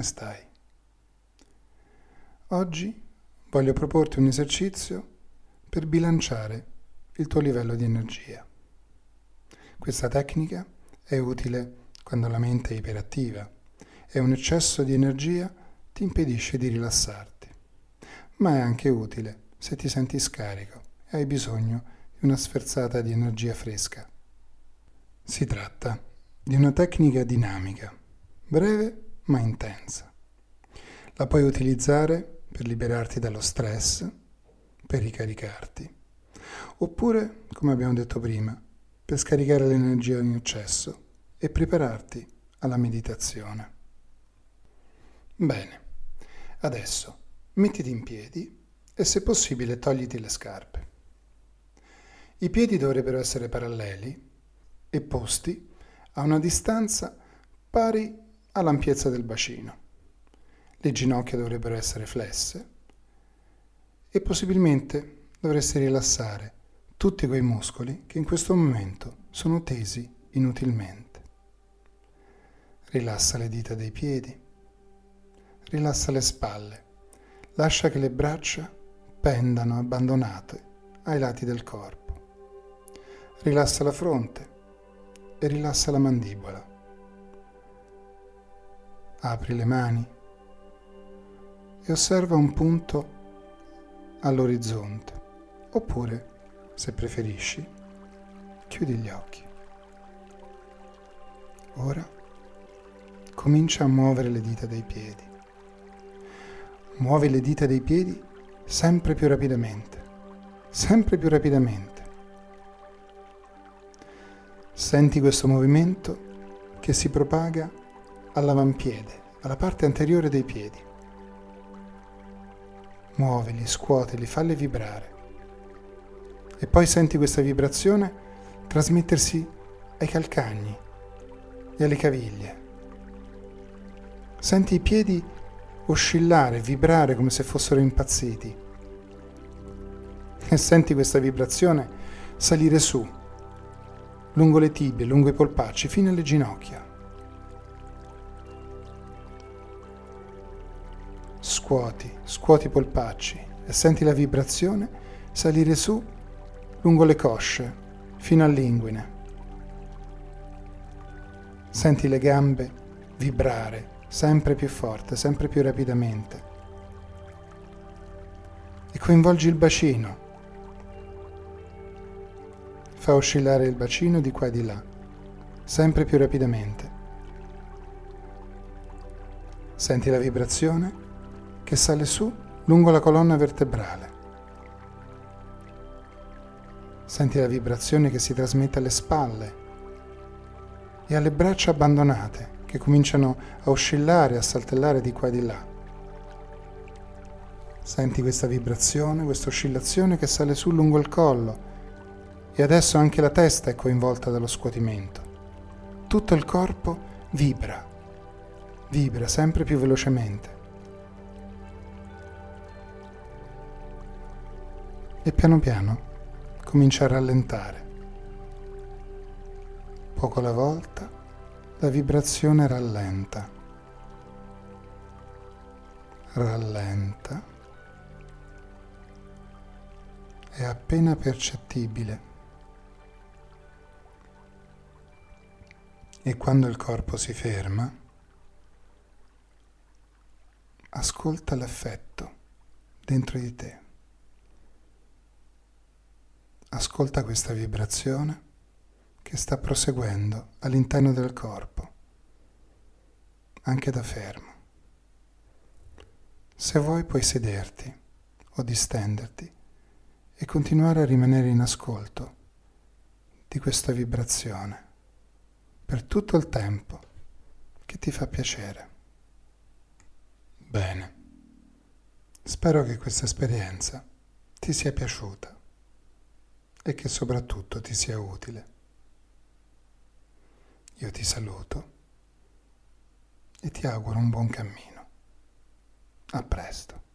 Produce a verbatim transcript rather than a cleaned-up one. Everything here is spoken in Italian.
come stai? Oggi voglio proporti un esercizio per bilanciare il tuo livello di energia. Questa tecnica è utile quando la mente è iperattiva e un eccesso di energia ti impedisce di rilassarti, ma è anche utile se ti senti scarico e hai bisogno di una sferzata di energia fresca. Si tratta di una tecnica dinamica, breve ma intensa. La puoi utilizzare per liberarti dallo stress, per ricaricarti, oppure, come abbiamo detto prima, per scaricare l'energia in eccesso e prepararti alla meditazione. Bene, adesso mettiti in piedi e se possibile togliti le scarpe. I piedi dovrebbero essere paralleli e posti a una distanza pari all'ampiezza del bacino. Le ginocchia dovrebbero essere flesse e possibilmente dovresti rilassare tutti quei muscoli che in questo momento sono tesi inutilmente. Rilassa le dita dei piedi, rilassa le spalle, lascia che le braccia pendano abbandonate ai lati del corpo. Rilassa la fronte e rilassa la mandibola. Apri le mani e osserva un punto all'orizzonte, oppure, se preferisci, chiudi gli occhi. Ora comincia a muovere le dita dei piedi. Muovi le dita dei piedi sempre più rapidamente, sempre più rapidamente. Senti questo movimento che si propaga all'avampiede, alla parte anteriore dei piedi. Muovili, scuotili, falli vibrare. E poi senti questa vibrazione trasmettersi ai calcagni e alle caviglie. Senti i piedi oscillare, vibrare come se fossero impazziti. E senti questa vibrazione salire su, lungo le tibie, lungo i polpacci, fino alle ginocchia. Scuoti, scuoti i polpacci e senti la vibrazione salire su lungo le cosce, fino all'inguine. Senti le gambe vibrare sempre più forte, sempre più rapidamente. E coinvolgi il bacino. Fa oscillare il bacino di qua e di là, sempre più rapidamente. Senti la vibrazione che sale su lungo la colonna vertebrale. Senti la vibrazione che si trasmette alle spalle e alle braccia abbandonate che cominciano a oscillare, a saltellare di qua e di là. Senti questa vibrazione, questa oscillazione che sale su lungo il collo e adesso anche la testa è coinvolta dallo scuotimento. Tutto il corpo vibra, vibra sempre più velocemente. E piano piano comincia a rallentare. Poco alla volta la vibrazione rallenta, rallenta, è appena percettibile. E quando il corpo si ferma, ascolta l'effetto dentro di te. Ascolta questa vibrazione che sta proseguendo all'interno del corpo, anche da fermo. Se vuoi puoi sederti o distenderti e continuare a rimanere in ascolto di questa vibrazione per tutto il tempo che ti fa piacere. Bene, spero che questa esperienza ti sia piaciuta e che soprattutto ti sia utile. Io ti saluto e ti auguro un buon cammino. A presto.